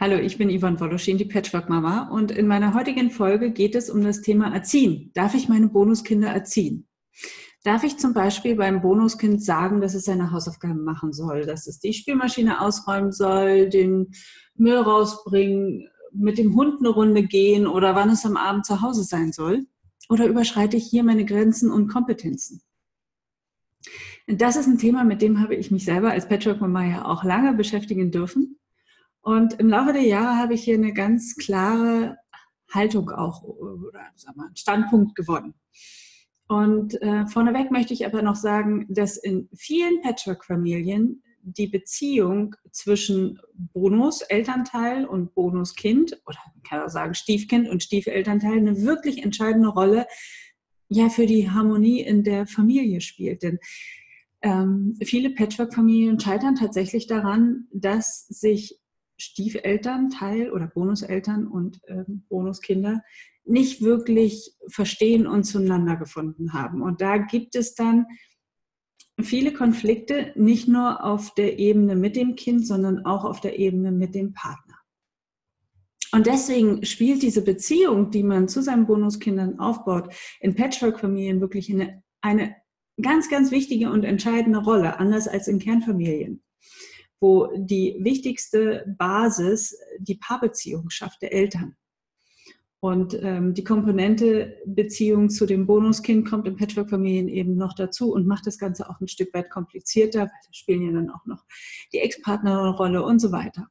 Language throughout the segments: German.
Hallo, ich bin Yvonne Woloschin, die Patchwork-Mama, und in meiner heutigen Folge geht es um das Thema Erziehen. Darf ich meine Bonuskinder erziehen? Darf ich zum Beispiel beim Bonuskind sagen, dass es seine Hausaufgaben machen soll, dass es die Spülmaschine ausräumen soll, den Müll rausbringen, mit dem Hund eine Runde gehen oder wann es am Abend zu Hause sein soll? Oder überschreite ich hier meine Grenzen und Kompetenzen? Das ist ein Thema, mit dem habe ich mich selber als Patchwork-Mama ja auch lange beschäftigen dürfen. Und im Laufe der Jahre habe ich hier eine ganz klare Haltung auch oder sagen wir, einen Standpunkt gewonnen. Und vorneweg möchte ich aber noch sagen, dass in vielen Patchwork-Familien die Beziehung zwischen Bonus-Elternteil und Bonuskind oder man kann auch sagen Stiefkind und Stiefelternteil eine wirklich entscheidende Rolle ja für die Harmonie in der Familie spielt. Denn viele Patchwork-Familien scheitern tatsächlich daran, dass sich Stiefelternteil oder Bonuseltern und Bonuskinder nicht wirklich verstehen und zueinander gefunden haben. Und da gibt es dann viele Konflikte, nicht nur auf der Ebene mit dem Kind, sondern auch auf der Ebene mit dem Partner. Und deswegen spielt diese Beziehung, die man zu seinen Bonuskindern aufbaut, in Patchwork-Familien wirklich eine ganz, ganz wichtige und entscheidende Rolle, anders als in Kernfamilien, wo die wichtigste Basis die Paarbeziehung schafft der Eltern. Und die Komponente Beziehung zu dem Bonuskind kommt in Patchwork-Familien eben noch dazu und macht das Ganze auch ein Stück weit komplizierter, weil da spielen ja dann auch noch die Ex-Partner eine Rolle und so weiter.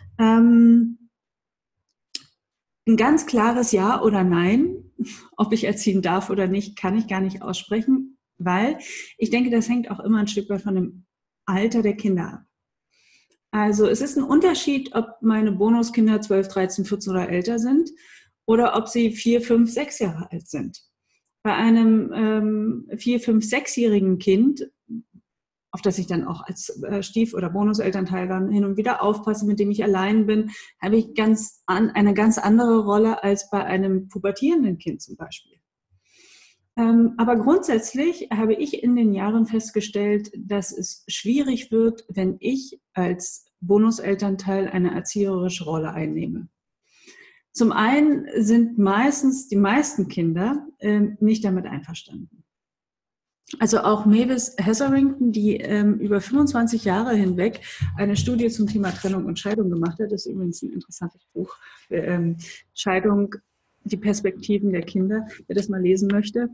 Ein ganz klares Ja oder Nein, ob ich erziehen darf oder nicht, kann ich gar nicht aussprechen, weil ich denke, das hängt auch immer ein Stück weit von dem Alter der Kinder ab. Also es ist ein Unterschied, ob meine Bonuskinder 12, 13, 14 oder älter sind oder ob sie 4, 5, 6 Jahre alt sind. Bei einem 4, 5, 6-jährigen Kind, auf das ich dann auch als Stief- oder Bonuselternteil dann hin und wieder aufpasse, mit dem ich allein bin, habe ich eine ganz andere Rolle als bei einem pubertierenden Kind zum Beispiel. Aber grundsätzlich habe ich in den Jahren festgestellt, dass es schwierig wird, wenn ich als Bonuselternteil eine erzieherische Rolle einnehme. Zum einen sind meistens die meisten Kinder nicht damit einverstanden. Also auch Mavis Hetherington, die über 25 Jahre hinweg eine Studie zum Thema Trennung und Scheidung gemacht hat, das ist übrigens ein interessantes Buch, Scheidung, die Perspektiven der Kinder, wer das mal lesen möchte.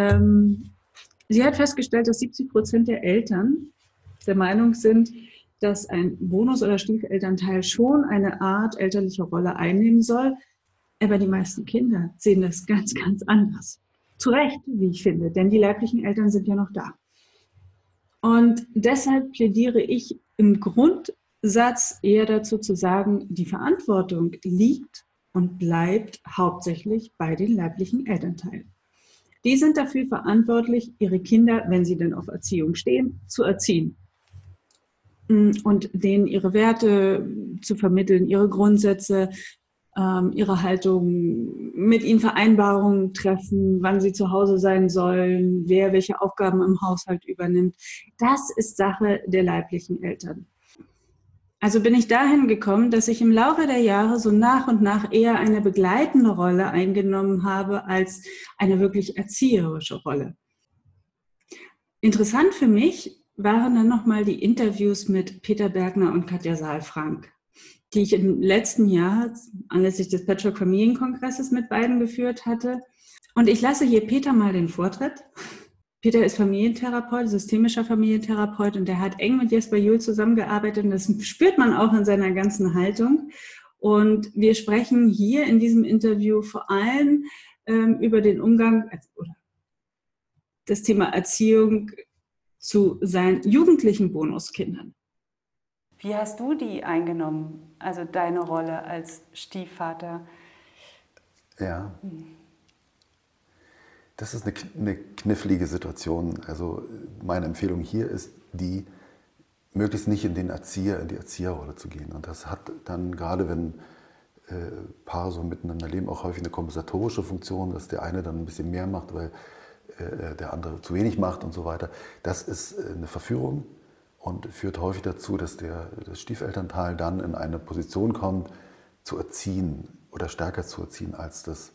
Sie hat festgestellt, dass 70% der Eltern der Meinung sind, dass ein Bonus- oder Stiefelternteil schon eine Art elterliche Rolle einnehmen soll, aber die meisten Kinder sehen das ganz, ganz anders. Zu Recht, wie ich finde, denn die leiblichen Eltern sind ja noch da. Und deshalb plädiere ich im Grundsatz eher dazu zu sagen, die Verantwortung liegt und bleibt hauptsächlich bei den leiblichen Elternteilen. Die sind dafür verantwortlich, ihre Kinder, wenn sie denn auf Erziehung stehen, zu erziehen und denen ihre Werte zu vermitteln, ihre Grundsätze, ihre Haltung, mit ihnen Vereinbarungen treffen, wann sie zu Hause sein sollen, wer welche Aufgaben im Haushalt übernimmt. Das ist Sache der leiblichen Eltern. Also bin ich dahin gekommen, dass ich im Laufe der Jahre so nach und nach eher eine begleitende Rolle eingenommen habe als eine wirklich erzieherische Rolle. Interessant für mich waren dann nochmal die Interviews mit Peter Bergner und Katja Saalfrank, die ich im letzten Jahr anlässlich des Patchwork-Familienkongresses mit beiden geführt hatte. Und ich lasse hier Peter mal den Vortritt. Peter ist Familientherapeut, systemischer Familientherapeut, und der hat eng mit Jesper Juhl zusammengearbeitet, und das spürt man auch in seiner ganzen Haltung. Und wir sprechen hier in diesem Interview vor allem über den Umgang oder das Thema Erziehung zu seinen jugendlichen Bonuskindern. Wie hast du die eingenommen, also deine Rolle als Stiefvater? Ja, das ist eine knifflige Situation. Also meine Empfehlung hier ist die, möglichst nicht in die Erzieherrolle zu gehen. Und das hat dann, gerade wenn Paare so miteinander leben, auch häufig eine kompensatorische Funktion, dass der eine dann ein bisschen mehr macht, weil der andere zu wenig macht und so weiter. Das ist eine Verführung und führt häufig dazu, dass das Stiefelternteil dann in eine Position kommt, zu erziehen oder stärker zu erziehen, als das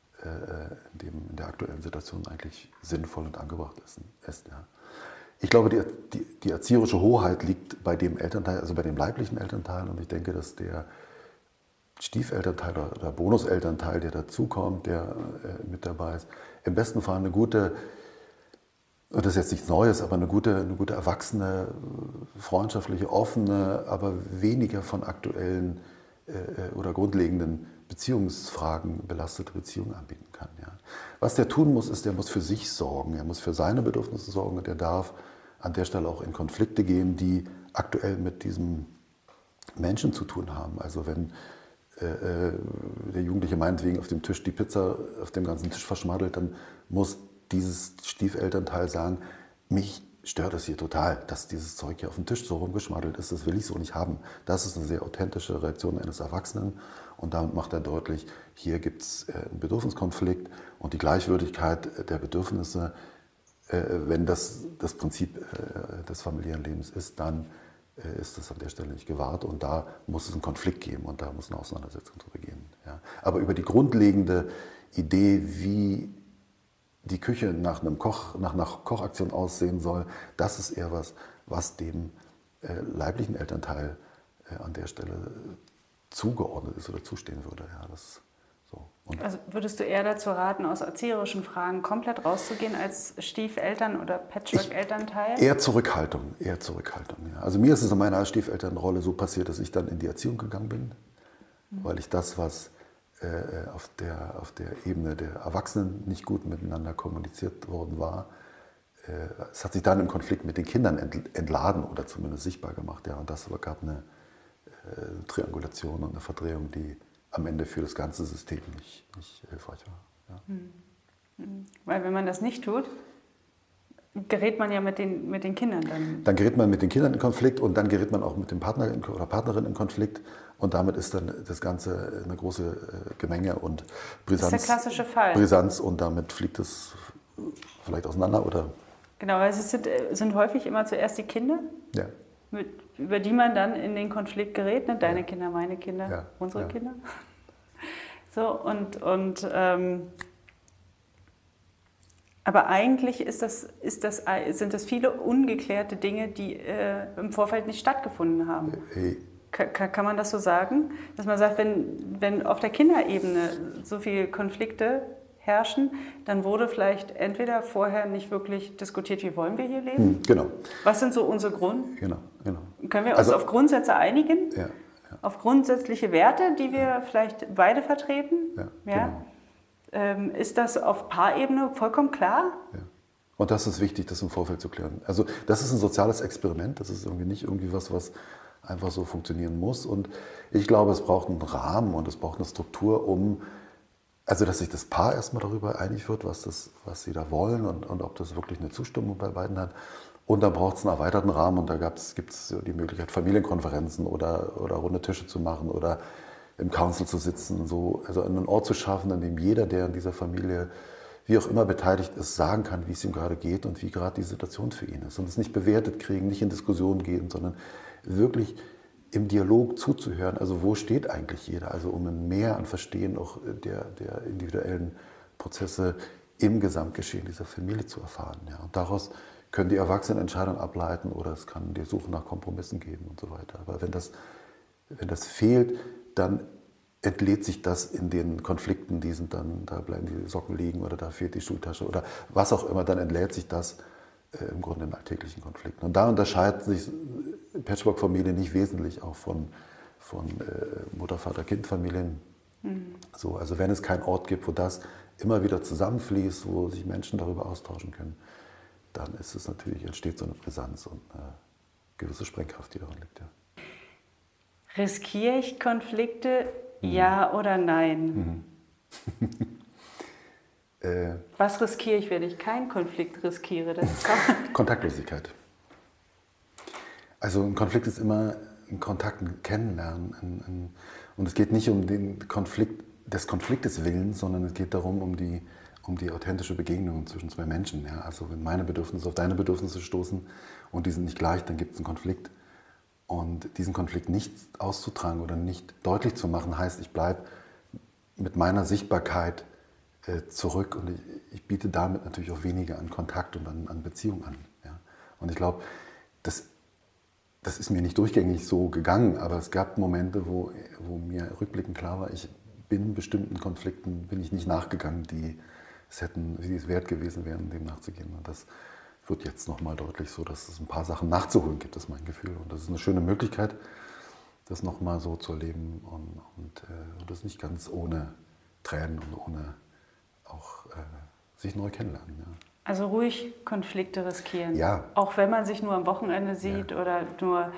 in der aktuellen Situation eigentlich sinnvoll und angebracht ist. Ja. Ich glaube, die erzieherische Hoheit liegt bei dem Elternteil, also bei dem leiblichen Elternteil, und ich denke, dass der Stiefelternteil oder der Bonuselternteil, der dazukommt, der mit dabei ist, im besten Fall eine gute, und das ist jetzt nichts Neues, aber eine gute erwachsene, freundschaftliche, offene, aber weniger von aktuellen oder grundlegenden Beziehungsfragen belastete Beziehungen anbieten kann. Ja. Was der tun muss, ist, der muss für sich sorgen, er muss für seine Bedürfnisse sorgen und er darf an der Stelle auch in Konflikte gehen, die aktuell mit diesem Menschen zu tun haben. Also wenn der Jugendliche meinetwegen auf dem Tisch die Pizza auf dem ganzen Tisch verschmaddelt, dann muss dieses Stiefelternteil sagen, mich stört es hier total, dass dieses Zeug hier auf dem Tisch so rumgeschmaddelt ist, das will ich so nicht haben. Das ist eine sehr authentische Reaktion eines Erwachsenen und damit macht er deutlich, hier gibt es einen Bedürfniskonflikt und die Gleichwürdigkeit der Bedürfnisse, wenn das Prinzip des familiären Lebens ist, dann ist das an der Stelle nicht gewahrt und da muss es einen Konflikt geben und da muss eine Auseinandersetzung drüber gehen. Ja. Aber über die grundlegende Idee, wie die Küche nach einer Kochaktion aussehen soll, das ist eher was dem leiblichen Elternteil an der Stelle zugeordnet ist oder zustehen würde. Ja, das, so. Also würdest du eher dazu raten, aus erzieherischen Fragen komplett rauszugehen als Stiefeltern oder Patchwork-Elternteil? Eher Zurückhaltung. Ja. Also mir ist es in meiner Stiefelternrolle so passiert, dass ich dann in die Erziehung gegangen bin, weil ich das, was auf der Ebene der Erwachsenen nicht gut miteinander kommuniziert worden war, es hat sich dann im Konflikt mit den Kindern entladen oder zumindest sichtbar gemacht. Ja. Und das gab eine Triangulation und eine Verdrehung, die am Ende für das ganze System nicht hilfreich war. Ja. Weil wenn man das nicht tut, gerät man ja mit den Kindern dann. Dann gerät man mit den Kindern in Konflikt und dann gerät man auch mit dem Partner oder Partnerin in Konflikt und damit ist dann das Ganze eine große Gemenge und Brisanz. Das ist der klassische Fall. Brisanz und damit fliegt es vielleicht auseinander oder? Genau, weil es sind häufig immer zuerst die Kinder, ja. Über die man dann in den Konflikt gerät. Ne? Deine Kinder, meine Kinder, unsere Kinder. So aber eigentlich sind das viele ungeklärte Dinge, die im Vorfeld nicht stattgefunden haben. Kann man das so sagen? Dass man sagt, wenn auf der Kinderebene so viele Konflikte herrschen, dann wurde vielleicht entweder vorher nicht wirklich diskutiert, wie wollen wir hier leben? Genau. Was sind so unsere Genau. Können wir uns auf Grundsätze einigen? Ja. Auf grundsätzliche Werte, die wir vielleicht beide vertreten? Ja. Genau. Ist das auf Paarebene vollkommen klar? Ja. Und das ist wichtig, das im Vorfeld zu klären. Also das ist ein soziales Experiment, das ist nicht irgendwie was einfach so funktionieren muss. Und ich glaube, es braucht einen Rahmen und es braucht eine Struktur, also dass sich das Paar erstmal darüber einig wird, was sie da wollen und ob das wirklich eine Zustimmung bei beiden hat. Und dann braucht es einen erweiterten Rahmen und da gibt es die Möglichkeit, Familienkonferenzen oder runde Tische zu machen oder im Council zu sitzen, also einen Ort zu schaffen, an dem jeder, der in dieser Familie wie auch immer beteiligt ist, sagen kann, wie es ihm gerade geht und wie gerade die Situation für ihn ist. Und es nicht bewertet kriegen, nicht in Diskussionen gehen, sondern wirklich im Dialog zuzuhören. Also wo steht eigentlich jeder? Also um ein Mehr an Verstehen auch der individuellen Prozesse im Gesamtgeschehen dieser Familie zu erfahren. Ja. Und daraus können die Erwachsenen Entscheidungen ableiten oder es kann die Suche nach Kompromissen geben und so weiter. Aber wenn das fehlt, dann entlädt sich das in den Konflikten, da bleiben die Socken liegen oder da fehlt die Schultasche oder was auch immer, dann entlädt sich das im Grunde in alltäglichen Konflikten. Und da unterscheidet sich Patchwork-Familien nicht wesentlich auch von Mutter-, Vater-, Kind-Familien. So, also wenn es keinen Ort gibt, wo das immer wieder zusammenfließt, wo sich Menschen darüber austauschen können, dann entsteht so eine Brisanz und eine gewisse Sprengkraft, die daran liegt. Ja. Riskiere ich Konflikte, ja oder nein? Was riskiere ich, wenn ich keinen Konflikt riskiere? Kontaktlosigkeit. Also ein Konflikt ist immer ein Kontakt, ein Kennenlernen. Und es geht nicht um den Konflikt des Konfliktes willen, sondern es geht darum, um die authentische Begegnung zwischen zwei Menschen. Ja? Also wenn meine Bedürfnisse auf deine Bedürfnisse stoßen und die sind nicht gleich, dann gibt es einen Konflikt. Und diesen Konflikt nicht auszutragen oder nicht deutlich zu machen, heißt, ich bleibe mit meiner Sichtbarkeit zurück und ich biete damit natürlich auch weniger an Kontakt und an Beziehung an. Ja. Und ich glaube, das ist mir nicht durchgängig so gegangen, aber es gab Momente, wo mir rückblickend klar war, ich bin bestimmten Konflikten bin ich nicht nachgegangen, die es wert gewesen wären, dem nachzugehen. Und das wird jetzt nochmal deutlich so, dass es ein paar Sachen nachzuholen gibt, ist mein Gefühl. Und das ist eine schöne Möglichkeit, das nochmal so zu erleben und das nicht ganz ohne Tränen und ohne auch sich neu kennenlernen. Ja. Also ruhig Konflikte riskieren. Ja. Auch wenn man sich nur am Wochenende sieht oder nur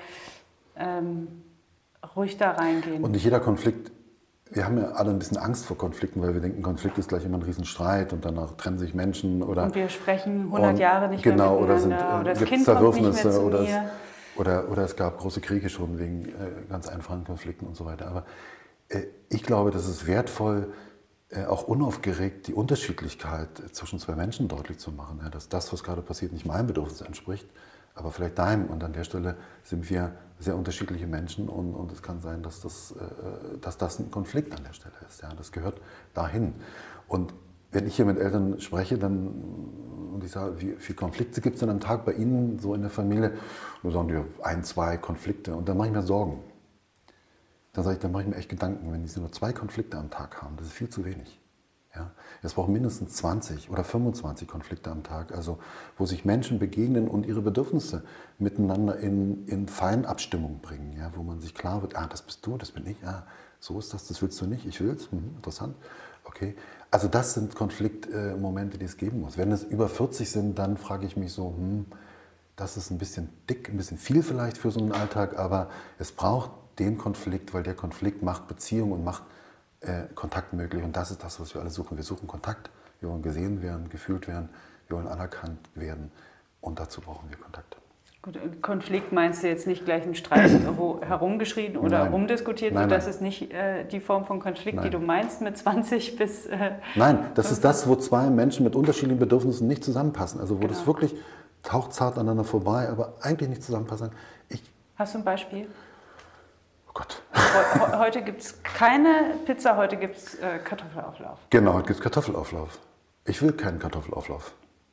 ruhig da reingehen. Und nicht jeder Konflikt, wir haben ja alle ein bisschen Angst vor Konflikten, weil wir denken, Konflikt ist gleich immer ein Riesenstreit und danach trennen sich Menschen. Und wir sprechen 100 Jahre nicht mehr miteinander. Oder das Kind Zerwürfnisse kommt nicht mehr zu mir. Oder es gab große Kriege schon wegen ganz einfachen Konflikten und so weiter. Aber ich glaube, das ist wertvoll, auch unaufgeregt die Unterschiedlichkeit zwischen zwei Menschen deutlich zu machen. Ja, dass das, was gerade passiert, nicht meinem Bedürfnis entspricht, aber vielleicht deinem. Und an der Stelle sind wir sehr unterschiedliche Menschen und es kann sein, dass das ein Konflikt an der Stelle ist. Ja, das gehört dahin. Und wenn ich hier mit Eltern spreche, und ich sage, wie viele Konflikte gibt es denn am Tag bei Ihnen so in der Familie? Und dann sagen die, 1, 2 Konflikte. Und dann mache ich mir Sorgen. Dann sage ich, dann mache ich mir echt Gedanken, wenn die nur 2 Konflikte am Tag haben, das ist viel zu wenig. Ja? Es braucht mindestens 20 oder 25 Konflikte am Tag, also wo sich Menschen begegnen und ihre Bedürfnisse miteinander in Feinabstimmung bringen, ja? Wo man sich klar wird, das bist du, das bin ich, so ist das willst du nicht, ich will es, interessant, okay. Also das sind Konfliktmomente, die es geben muss. Wenn es über 40 sind, dann frage ich mich so, das ist ein bisschen dick, ein bisschen viel vielleicht für so einen Alltag, aber es braucht den Konflikt, weil der Konflikt macht Beziehung und macht Kontakt möglich. Und das ist das, was wir alle suchen. Wir suchen Kontakt, wir wollen gesehen werden, gefühlt werden, wir wollen anerkannt werden und dazu brauchen wir Kontakt. Gut, Konflikt meinst du jetzt nicht gleich einen Streit, wo herumgeschrien oder rumdiskutiert wird? Das ist nicht die Form von Konflikt, die du meinst mit 20 bis... Nein, das ist das, wo zwei Menschen mit unterschiedlichen Bedürfnissen nicht zusammenpassen. Also wo das wirklich taucht aneinander vorbei, aber eigentlich nicht zusammenpassen. Hast du ein Beispiel? Oh Gott. Heute gibt es keine Pizza, heute gibt es Kartoffelauflauf. Genau, heute gibt es Kartoffelauflauf. Ich will keinen Kartoffelauflauf.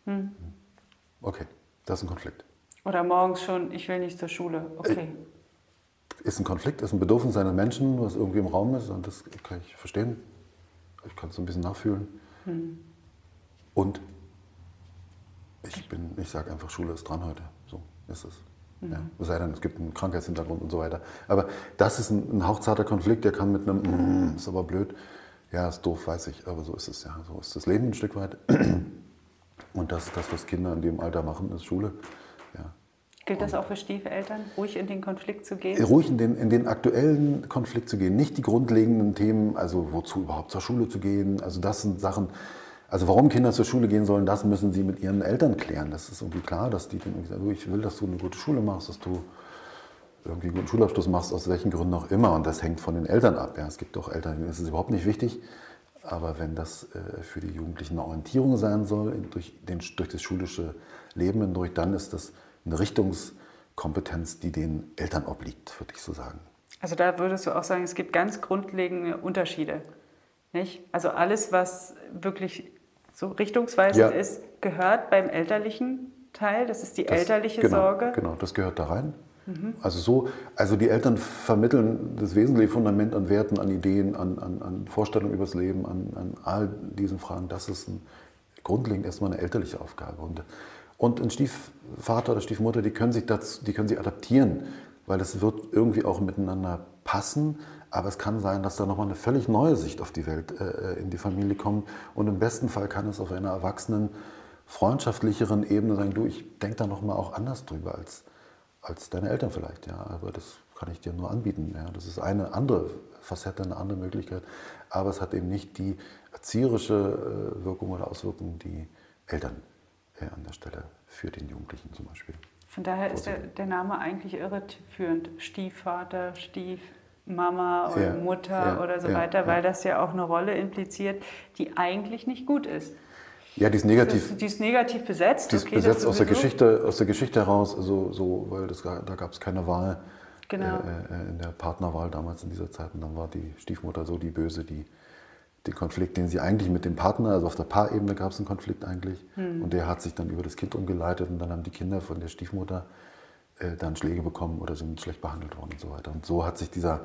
Okay, das ist ein Konflikt. Oder morgens schon, ich will nicht zur Schule. Okay. Ist ein Konflikt, ist ein Bedürfnis eines Menschen, was irgendwie im Raum ist. Und das kann ich verstehen. Ich kann es so ein bisschen nachfühlen. Und ich sage einfach, Schule ist dran heute. So ist es. Ja, es sei denn, es gibt einen Krankheitshintergrund und so weiter. Aber das ist ein hauchzarter Konflikt, der kann mit einem, ist aber blöd, ja, ist doof, weiß ich, aber so ist es, ja, so ist das Leben ein Stück weit. Und das ist das, was Kinder in dem Alter machen, ist Schule. Ja. Gilt das auch für Stiefeltern, ruhig in den Konflikt zu gehen? Ruhig in den aktuellen Konflikt zu gehen, nicht die grundlegenden Themen, also wozu überhaupt zur Schule zu gehen, also das sind Sachen. Also warum Kinder zur Schule gehen sollen, das müssen sie mit ihren Eltern klären. Das ist irgendwie klar, dass die dann irgendwie sagen, ich will, dass du eine gute Schule machst, dass du irgendwie einen guten Schulabschluss machst, aus welchen Gründen auch immer. Und das hängt von den Eltern ab. Ja. Es gibt auch Eltern, denen ist es überhaupt nicht wichtig. Aber wenn das für die Jugendlichen eine Orientierung sein soll, durch das schulische Leben hindurch, dann ist das eine Richtungskompetenz, die den Eltern obliegt, würde ich so sagen. Also da würdest du auch sagen, es gibt ganz grundlegende Unterschiede. Nicht? Also alles, was wirklich so richtungsweisend ist, gehört beim elterlichen Teil. Das ist die elterliche Sorge. Genau, das gehört da rein. Also die Eltern vermitteln das wesentliche Fundament an Werten, an Ideen, an Vorstellungen über das Leben, an all diesen Fragen. Das ist grundlegend erstmal eine elterliche Aufgabe. Und ein Stiefvater oder Stiefmutter, die können sich adaptieren, weil es wird irgendwie auch miteinander passen. Aber es kann sein, dass da nochmal eine völlig neue Sicht auf die Welt in die Familie kommt. Und im besten Fall kann es auf einer erwachsenen, freundschaftlicheren Ebene sein, du, ich denke da nochmal auch anders drüber als deine Eltern vielleicht. Ja. Aber das kann ich dir nur anbieten. Ja. Das ist eine andere Facette, eine andere Möglichkeit. Aber es hat eben nicht die erzieherische Wirkung oder Auswirkung, die Eltern an der Stelle für den Jugendlichen zum Beispiel. Von daher ist der Name eigentlich irreführend. Stiefvater, Stiefmama oder Mutter oder so weiter, weil das ja auch eine Rolle impliziert, die eigentlich nicht gut ist. Ja, die ist negativ. Die ist negativ besetzt. Die ist besetzt aus der Geschichte heraus, weil da gab es keine Wahl. in der Partnerwahl damals in dieser Zeit. Und dann war die Stiefmutter so die Böse, die den Konflikt, den sie eigentlich mit dem Partner, also auf der Paarebene gab es einen Konflikt eigentlich. Und der hat sich dann über das Kind umgeleitet und dann haben die Kinder von der Stiefmutter dann Schläge bekommen oder sind schlecht behandelt worden und so weiter. Und so hat sich der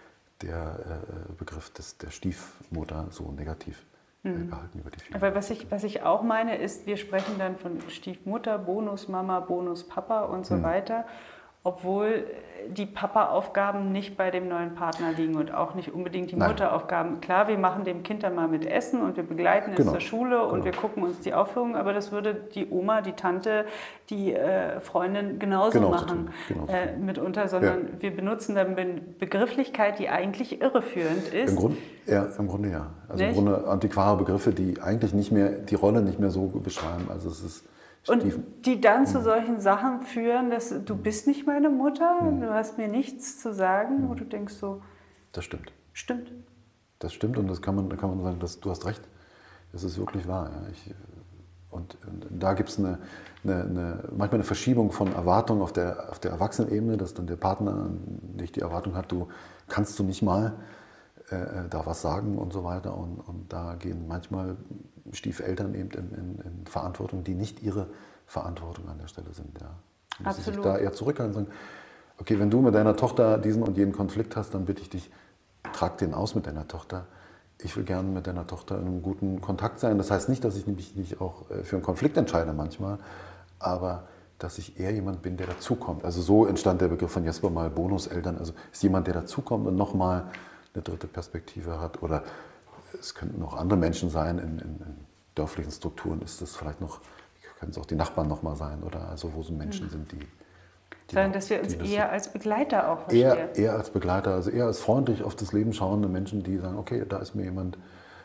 Begriff der Stiefmutter so negativ gehalten über die vielen Jahre. Aber was ich auch meine, ist, wir sprechen dann von Stiefmutter, Bonusmama, Bonuspapa und so weiter, obwohl die Papa-Aufgaben nicht bei dem neuen Partner liegen und auch nicht unbedingt die Mutteraufgaben. Klar, wir machen dem Kind dann mal mit Essen und wir begleiten es zur Schule und wir gucken uns die Aufführung, aber das würde die Oma, die Tante, die Freundin genauso machen mitunter, sondern wir benutzen dann eine Begrifflichkeit, die eigentlich irreführend ist. Im Grunde ja. Also nicht? Im Grunde antiquare Begriffe, die eigentlich nicht mehr, die Rolle nicht mehr so beschreiben. Also es ist und die dann zu solchen Sachen führen, dass du bist nicht meine Mutter, du hast mir nichts zu sagen, wo du denkst so... Das stimmt. Stimmt. Das stimmt und da kann man sagen, du hast recht. Das ist wirklich wahr. Ja. Und da gibt es manchmal eine Verschiebung von Erwartungen auf der Erwachsenenebene, dass dann der Partner nicht die Erwartung hat, kannst du nicht mal da was sagen und so weiter. Und da gehen manchmal Stiefeltern eben in Verantwortung, die nicht ihre Verantwortung an der Stelle sind. Ja. Und dass sie sich da eher zurückhalten und sagen, okay, wenn du mit deiner Tochter diesen und jenen Konflikt hast, dann bitte ich dich, trag den aus mit deiner Tochter. Ich will gerne mit deiner Tochter in einem guten Kontakt sein. Das heißt nicht, dass ich mich nicht auch für einen Konflikt entscheide manchmal, aber dass ich eher jemand bin, der dazukommt. Also so entstand der Begriff von Jesper mal, Bonuseltern. Also ist jemand, der dazukommt und nochmal eine dritte Perspektive hat. Oder es könnten auch andere Menschen sein, in dörflichen Strukturen ist das vielleicht noch, können es auch die Nachbarn nochmal sein oder also wo so Menschen sind, die sondern dass wir uns eher als Begleiter auch verstehen. Eher als Begleiter, also eher als freundlich auf das Leben schauende Menschen, die sagen, okay, da ist mir jemand,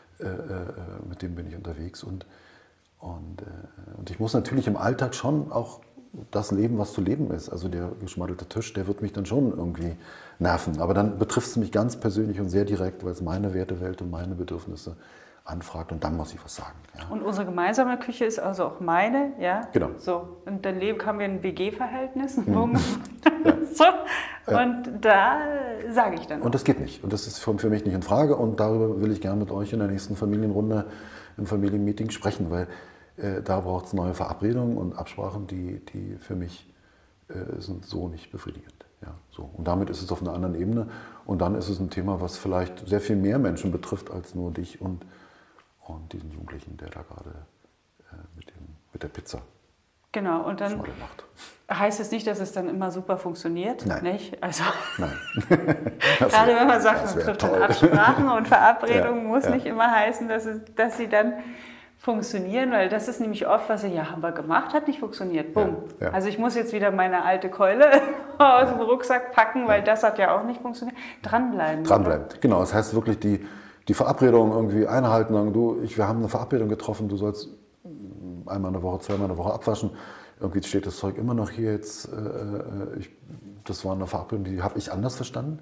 mit dem bin ich unterwegs. Und ich muss natürlich im Alltag schon auch das leben, was zu leben ist. Also der geschmaddelte Tisch, der wird mich dann schon irgendwie nerven. Aber dann betrifft es mich ganz persönlich und sehr direkt, weil es meine Wertewelt und meine Bedürfnisse anfragt und dann muss ich was sagen. Ja. Und unsere gemeinsame Küche ist also auch meine, ja? Genau. So. Und dann haben wir ein WG-Verhältnis, so. Und da sage ich dann auch. Und das geht nicht. Und das ist für mich nicht in Frage und darüber will ich gerne mit euch in der nächsten Familienrunde im Familienmeeting sprechen, weil da braucht es neue Verabredungen und Absprachen, die für mich sind so nicht befriedigend. Ja, so. Und damit ist es auf einer anderen Ebene und dann ist es ein Thema, was vielleicht sehr viel mehr Menschen betrifft als nur dich und diesen Jugendlichen, der da gerade mit der Pizza genau, und dann macht. Heißt es nicht, dass es dann immer super funktioniert? Nein. Nicht? Also nein. Gerade wenn man sagt, man trifft dann Absprachen und Verabredungen, muss nicht immer heißen, dass sie dann funktionieren, weil das ist nämlich oft, was haben wir gemacht, hat nicht funktioniert. Bumm. Ja. Also ich muss jetzt wieder meine alte Keule aus dem Rucksack packen, weil das hat ja auch nicht funktioniert. Dranbleiben. Dranbleiben, genau. Das heißt wirklich die Verabredung irgendwie einhalten, sagen, wir haben eine Verabredung getroffen, du sollst einmal in der Woche, zweimal in der Woche abwaschen. Irgendwie steht das Zeug immer noch hier jetzt. Das war eine Verabredung, die habe ich anders verstanden.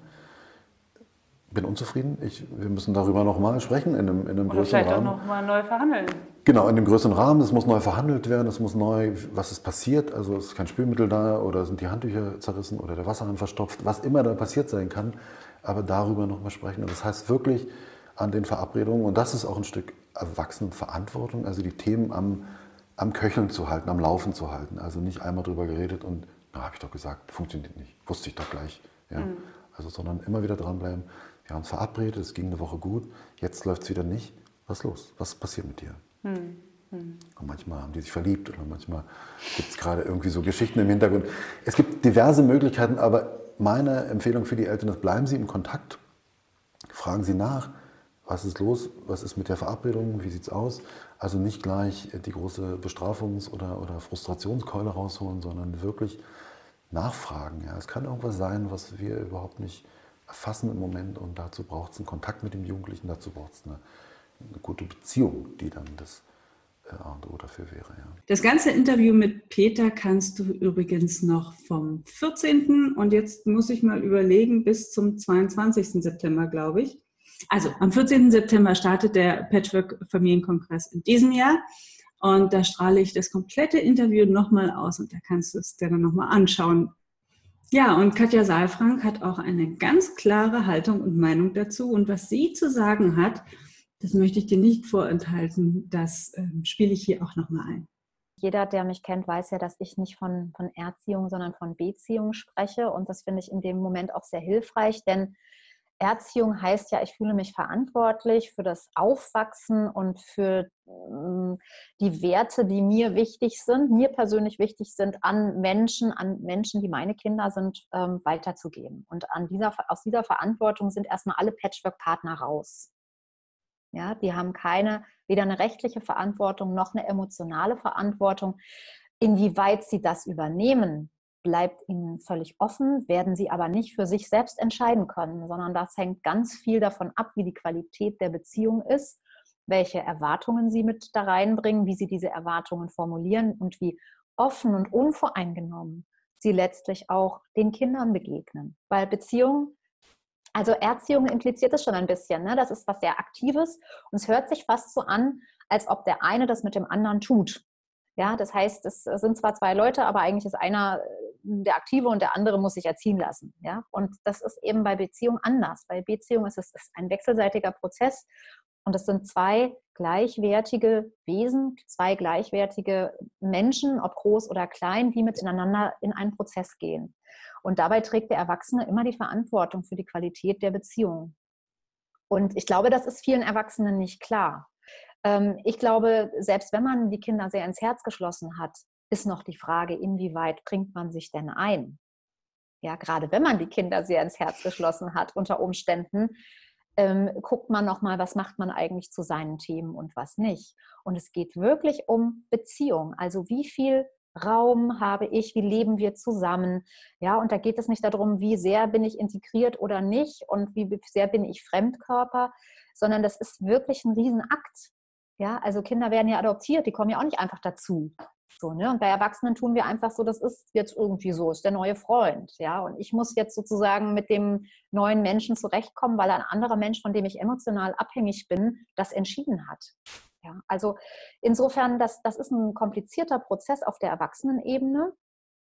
Bin unzufrieden. Wir müssen darüber nochmal sprechen in einem größeren Rahmen. Oder vielleicht auch nochmal neu verhandeln. Genau, in dem größeren Rahmen. Es muss neu verhandelt werden, es muss neu, was ist passiert. Also ist kein Spülmittel da oder sind die Handtücher zerrissen oder der Wasserhahn verstopft. Was immer da passiert sein kann, aber darüber nochmal sprechen. Und das heißt wirklich an den Verabredungen, und das ist auch ein Stück Erwachsenenverantwortung, also die Themen am Köcheln zu halten, am Laufen zu halten. Also nicht einmal drüber geredet und, habe ich doch gesagt, funktioniert nicht, wusste ich doch gleich. Ja. Also, sondern immer wieder dranbleiben. Wir haben uns verabredet, es ging eine Woche gut, jetzt läuft es wieder nicht. Was ist los? Was passiert mit dir? Und manchmal haben die sich verliebt oder manchmal gibt es gerade irgendwie so Geschichten im Hintergrund. Es gibt diverse Möglichkeiten, aber meine Empfehlung für die Eltern ist, bleiben Sie im Kontakt, fragen Sie nach, was ist los, was ist mit der Verabredung, wie sieht es aus? Also nicht gleich die große Bestrafungs- oder Frustrationskeule rausholen, sondern wirklich nachfragen. Ja. Es kann irgendwas sein, was wir überhaupt nicht erfassen im Moment und dazu braucht es einen Kontakt mit dem Jugendlichen, dazu braucht es eine gute Beziehung, die dann das A und O dafür wäre. Ja. Das ganze Interview mit Peter kannst du übrigens noch vom 14. und jetzt muss ich mal überlegen, bis zum 22. September, glaube ich. Also am 14. September startet der Patchwork-Familienkongress in diesem Jahr und da strahle ich das komplette Interview nochmal aus und da kannst du es dir dann nochmal anschauen. Ja, und Katja Saalfrank hat auch eine ganz klare Haltung und Meinung dazu. Und was sie zu sagen hat, das möchte ich dir nicht vorenthalten. Das spiele ich hier auch nochmal ein. Jeder, der mich kennt, weiß ja, dass ich nicht von Erziehung, sondern von Beziehung spreche. Und das finde ich in dem Moment auch sehr hilfreich, denn Erziehung heißt ja, ich fühle mich verantwortlich für das Aufwachsen und für die Werte, die mir wichtig sind, mir persönlich wichtig sind, an Menschen, die meine Kinder sind, weiterzugeben. Und aus dieser Verantwortung sind erstmal alle Patchwork-Partner raus. Ja, die haben weder eine rechtliche Verantwortung noch eine emotionale Verantwortung. Inwieweit sie das übernehmen, bleibt ihnen völlig offen, werden sie aber nicht für sich selbst entscheiden können, sondern das hängt ganz viel davon ab, wie die Qualität der Beziehung ist, welche Erwartungen sie mit da reinbringen, wie sie diese Erwartungen formulieren und wie offen und unvoreingenommen sie letztlich auch den Kindern begegnen. Weil Beziehung, also Erziehung impliziert es schon ein bisschen, ne? Das ist was sehr Aktives und es hört sich fast so an, als ob der eine das mit dem anderen tut. Ja, das heißt, es sind zwar zwei Leute, aber eigentlich ist einer der Aktive und der andere muss sich erziehen lassen. Ja? Und das ist eben bei Beziehung anders. Bei Beziehung ist es ein wechselseitiger Prozess und es sind zwei gleichwertige Wesen, zwei gleichwertige Menschen, ob groß oder klein, die miteinander in einen Prozess gehen. Und dabei trägt der Erwachsene immer die Verantwortung für die Qualität der Beziehung. Und ich glaube, das ist vielen Erwachsenen nicht klar. Ich glaube, selbst wenn man die Kinder sehr ins Herz geschlossen hat, ist noch die Frage, inwieweit bringt man sich denn ein? Ja, gerade wenn man die Kinder sehr ins Herz geschlossen hat, unter Umständen, guckt man nochmal, was macht man eigentlich zu seinen Themen und was nicht. Und es geht wirklich um Beziehung. Also wie viel Raum habe ich, wie leben wir zusammen? Ja, und da geht es nicht darum, wie sehr bin ich integriert oder nicht und wie sehr bin ich Fremdkörper, sondern das ist wirklich ein Riesenakt. Ja, also Kinder werden ja adoptiert, die kommen ja auch nicht einfach dazu. So, ne? Und bei Erwachsenen tun wir einfach so, das ist jetzt irgendwie so, ist der neue Freund. Ja? Und ich muss jetzt sozusagen mit dem neuen Menschen zurechtkommen, weil ein anderer Mensch, von dem ich emotional abhängig bin, das entschieden hat. Ja? Also insofern, das ist ein komplizierter Prozess auf der Erwachsenenebene.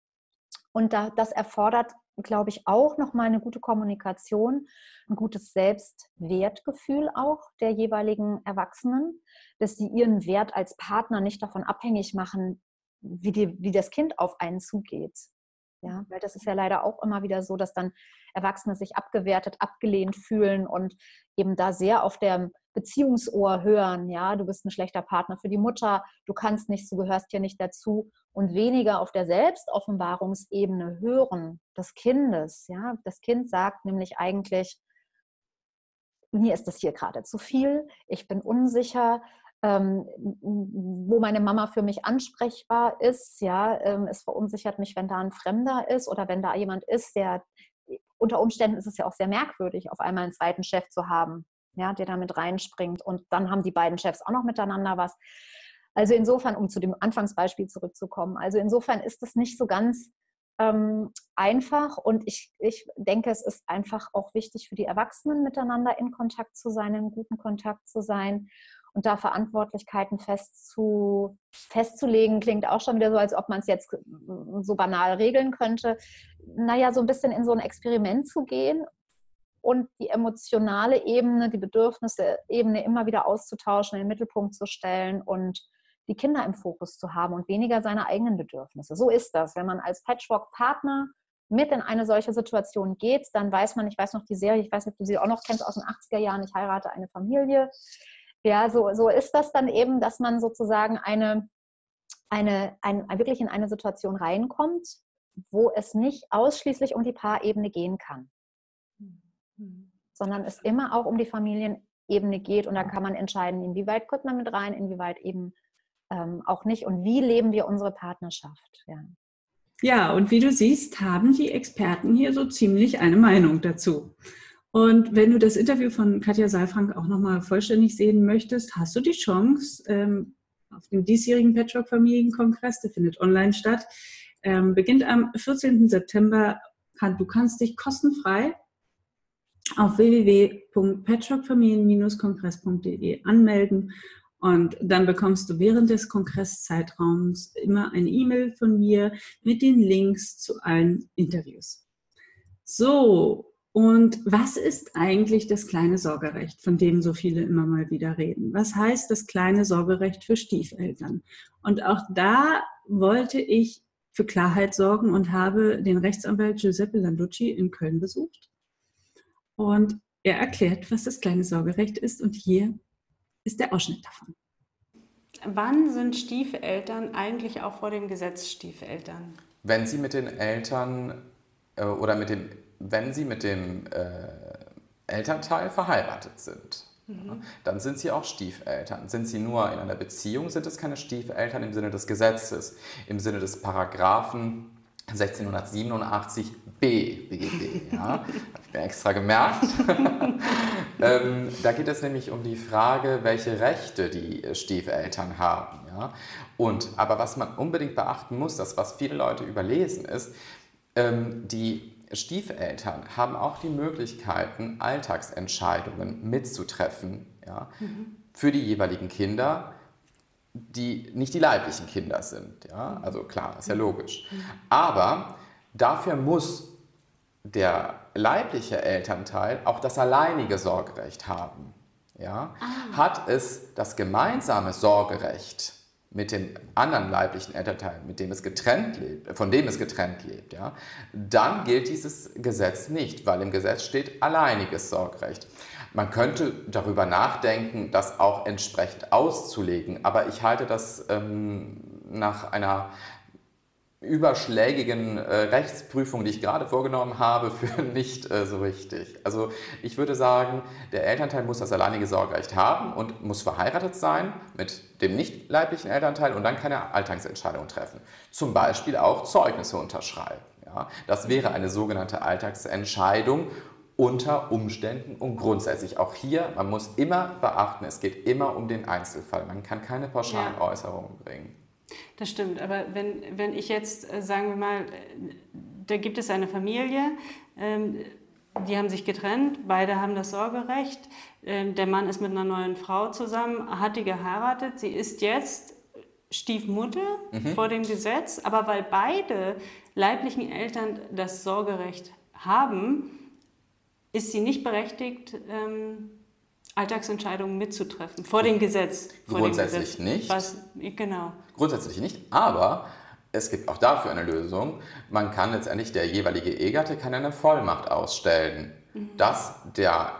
Und das erfordert, glaube ich, auch nochmal eine gute Kommunikation, ein gutes Selbstwertgefühl auch der jeweiligen Erwachsenen, dass sie ihren Wert als Partner nicht davon abhängig machen, wie das Kind auf einen zugeht. Ja, weil das ist ja leider auch immer wieder so, dass dann Erwachsene sich abgewertet, abgelehnt fühlen und eben da sehr auf der Beziehungsohr hören, ja, du bist ein schlechter Partner für die Mutter, du kannst nichts, du gehörst hier nicht dazu und weniger auf der Selbstoffenbarungsebene hören des Kindes, ja. Das Kind sagt nämlich eigentlich, mir ist das hier gerade zu viel, ich bin unsicher, wo meine Mama für mich ansprechbar ist, ja, es verunsichert mich, wenn da ein Fremder ist oder wenn da jemand ist, der, unter Umständen ist es ja auch sehr merkwürdig, auf einmal einen zweiten Chef zu haben, ja, der da mit reinspringt und dann haben die beiden Chefs auch noch miteinander was. Also insofern, um zu dem Anfangsbeispiel zurückzukommen, also insofern ist es nicht so ganz einfach und ich denke, es ist einfach auch wichtig für die Erwachsenen, miteinander in Kontakt zu sein, in guten Kontakt zu sein. Und da Verantwortlichkeiten festzulegen, klingt auch schon wieder so, als ob man es jetzt so banal regeln könnte. Naja, so ein bisschen in so ein Experiment zu gehen und die emotionale Ebene, die Bedürfnisse-Ebene immer wieder auszutauschen, in den Mittelpunkt zu stellen und die Kinder im Fokus zu haben und weniger seine eigenen Bedürfnisse. So ist das. Wenn man als Patchwork-Partner mit in eine solche Situation geht, dann weiß man, ich weiß noch die Serie, ich weiß nicht, ob du sie auch noch kennst aus den 80er Jahren, ich heirate eine Familie. Ja, so ist das dann eben, dass man sozusagen wirklich in eine Situation reinkommt, wo es nicht ausschließlich um die Paarebene gehen kann, sondern es immer auch um die Familienebene geht und da kann man entscheiden, inwieweit kommt man mit rein, inwieweit eben auch nicht und wie leben wir unsere Partnerschaft. Ja. Ja, und wie du siehst, haben die Experten hier so ziemlich eine Meinung dazu. Und wenn du das Interview von Katja Saalfrank auch nochmal vollständig sehen möchtest, hast du die Chance, auf dem diesjährigen Patchwork-Familienkongress, der findet online statt, beginnt am 14. September. Du kannst dich kostenfrei auf www.patchworkfamilien-kongress.de anmelden und dann bekommst du während des Kongresszeitraums immer eine E-Mail von mir mit den Links zu allen Interviews. So, und was ist eigentlich das kleine Sorgerecht, von dem so viele immer mal wieder reden? Was heißt das kleine Sorgerecht für Stiefeltern? Und auch da wollte ich für Klarheit sorgen und habe den Rechtsanwalt Giuseppe Landucci in Köln besucht. Und er erklärt, was das kleine Sorgerecht ist. Und hier ist der Ausschnitt davon. Wann sind Stiefeltern eigentlich auch vor dem Gesetz Stiefeltern? Wenn sie mit den Eltern oder wenn sie mit dem Elternteil verheiratet sind, ja, dann sind sie auch Stiefeltern. Sind sie nur in einer Beziehung, sind es keine Stiefeltern im Sinne des Gesetzes, im Sinne des Paragraphen 1687b BGB. Ja? Habe ich mir extra gemerkt. Da geht es nämlich um die Frage, welche Rechte die Stiefeltern haben. Ja? Aber was man unbedingt beachten muss, das was viele Leute überlesen ist, die Stiefeltern haben auch die Möglichkeiten, Alltagsentscheidungen mitzutreffen, ja, für die jeweiligen Kinder, die nicht die leiblichen Kinder sind. Ja? Also klar, ist ja logisch. Aber dafür muss der leibliche Elternteil auch das alleinige Sorgerecht haben. Ja? Hat es das gemeinsame Sorgerecht mit dem anderen leiblichen Elternteil, mit dem es getrennt lebt, von dem es getrennt lebt, ja, dann gilt dieses Gesetz nicht, weil im Gesetz steht alleiniges Sorgerecht. Man könnte darüber nachdenken, das auch entsprechend auszulegen, aber ich halte das nach einer überschlägigen Rechtsprüfung, die ich gerade vorgenommen habe, für nicht so richtig. Also ich würde sagen, der Elternteil muss das alleinige Sorgerecht haben und muss verheiratet sein mit dem nicht leiblichen Elternteil und dann kann er Alltagsentscheidungen treffen. Zum Beispiel auch Zeugnisse unterschreiben. Ja? Das wäre eine sogenannte Alltagsentscheidung unter Umständen und grundsätzlich. Auch hier, man muss immer beachten, es geht immer um den Einzelfall. Man kann keine pauschalen Äußerungen bringen. Das stimmt, aber wenn ich jetzt, sagen wir mal, da gibt es eine Familie, die haben sich getrennt, beide haben das Sorgerecht, der Mann ist mit einer neuen Frau zusammen, hat die geheiratet, sie ist jetzt Stiefmutter vor dem Gesetz, aber weil beide leiblichen Eltern das Sorgerecht haben, ist sie nicht berechtigt, Alltagsentscheidungen mitzutreffen, vor dem Gesetz. Grundsätzlich nicht. Genau. Grundsätzlich nicht, aber es gibt auch dafür eine Lösung. Man kann letztendlich, der jeweilige Ehegatte kann eine Vollmacht ausstellen, dass der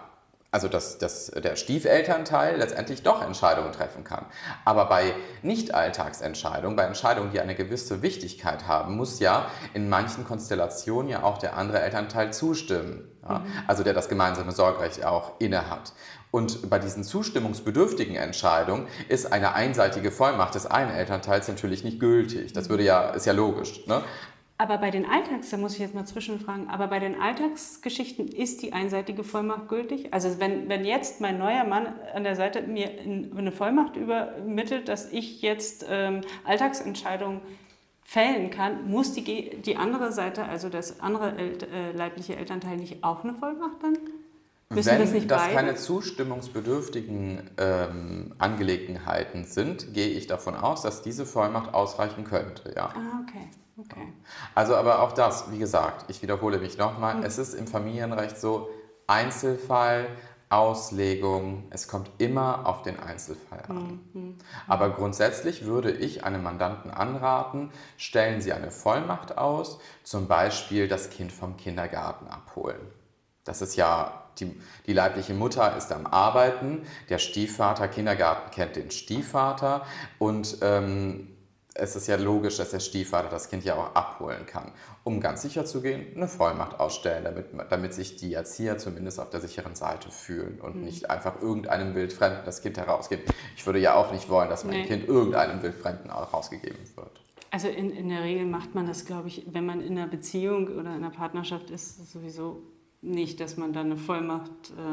Stiefelternteil letztendlich doch Entscheidungen treffen kann. Aber bei Nicht-Alltagsentscheidungen, bei Entscheidungen, die eine gewisse Wichtigkeit haben, muss ja in manchen Konstellationen ja auch der andere Elternteil zustimmen. Ja? Also der das gemeinsame Sorgerecht auch innehat. Und bei diesen zustimmungsbedürftigen Entscheidungen ist eine einseitige Vollmacht des einen Elternteils natürlich nicht gültig. Das ist ja logisch. Ne? Aber bei den da muss ich jetzt mal zwischenfragen, aber bei den Alltagsgeschichten ist die einseitige Vollmacht gültig? Also wenn jetzt mein neuer Mann an der Seite mir eine Vollmacht übermittelt, dass ich jetzt Alltagsentscheidungen fällen kann, muss die andere Seite, also das andere leibliche Elternteil, nicht auch eine Vollmacht dann? Wenn das keine zustimmungsbedürftigen Angelegenheiten sind, gehe ich davon aus, dass diese Vollmacht ausreichen könnte. Ja. Ah, okay. Also aber auch das, wie gesagt, ich wiederhole mich nochmal, es ist im Familienrecht so, Einzelfall, Auslegung, es kommt immer auf den Einzelfall an. Aber grundsätzlich würde ich einem Mandanten anraten, stellen Sie eine Vollmacht aus, zum Beispiel das Kind vom Kindergarten abholen. Das ist ja, die leibliche Mutter ist am Arbeiten, der Stiefvater, Kindergarten kennt den Stiefvater und es ist ja logisch, dass der Stiefvater das Kind ja auch abholen kann. Um ganz sicher zu gehen, eine Vollmacht ausstellen, damit sich die Erzieher zumindest auf der sicheren Seite fühlen und nicht einfach irgendeinem Wildfremden das Kind herausgeben. Ich würde ja auch nicht wollen, dass mein Kind irgendeinem Wildfremden rausgegeben wird. Also in der Regel macht man das, glaube ich, wenn man in einer Beziehung oder in einer Partnerschaft ist, sowieso nicht, dass man da eine Vollmacht...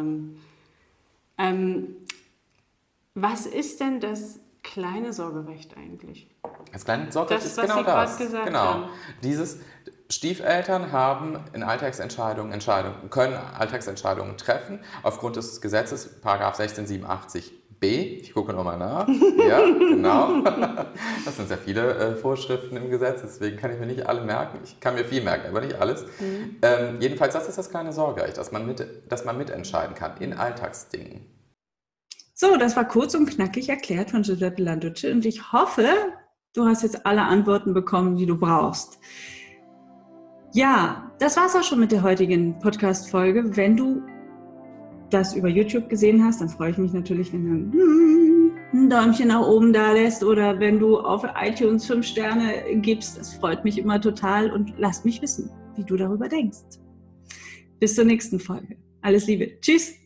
was ist denn das kleine Sorgerecht eigentlich? Das kleine Sorgerecht ist genau das. Genau. Dieses Stiefeltern haben in können Alltagsentscheidungen treffen aufgrund des Gesetzes § 1687b B, ich gucke nochmal nach. Ja, genau. Das sind sehr viele Vorschriften im Gesetz, deswegen kann ich mir nicht alle merken. Ich kann mir viel merken, aber nicht alles. Jedenfalls, das ist das kleine Sorgerecht, dass man mitentscheiden kann in Alltagsdingen. So, das war kurz und knackig erklärt von Giuseppe Landucci und ich hoffe, du hast jetzt alle Antworten bekommen, die du brauchst. Ja, das war's auch schon mit der heutigen Podcast-Folge. Wenn du das über YouTube gesehen hast, dann freue ich mich natürlich, wenn du ein Däumchen nach oben da lässt oder wenn du auf iTunes 5 Sterne gibst. Das freut mich immer total und lass mich wissen, wie du darüber denkst. Bis zur nächsten Folge. Alles Liebe. Tschüss.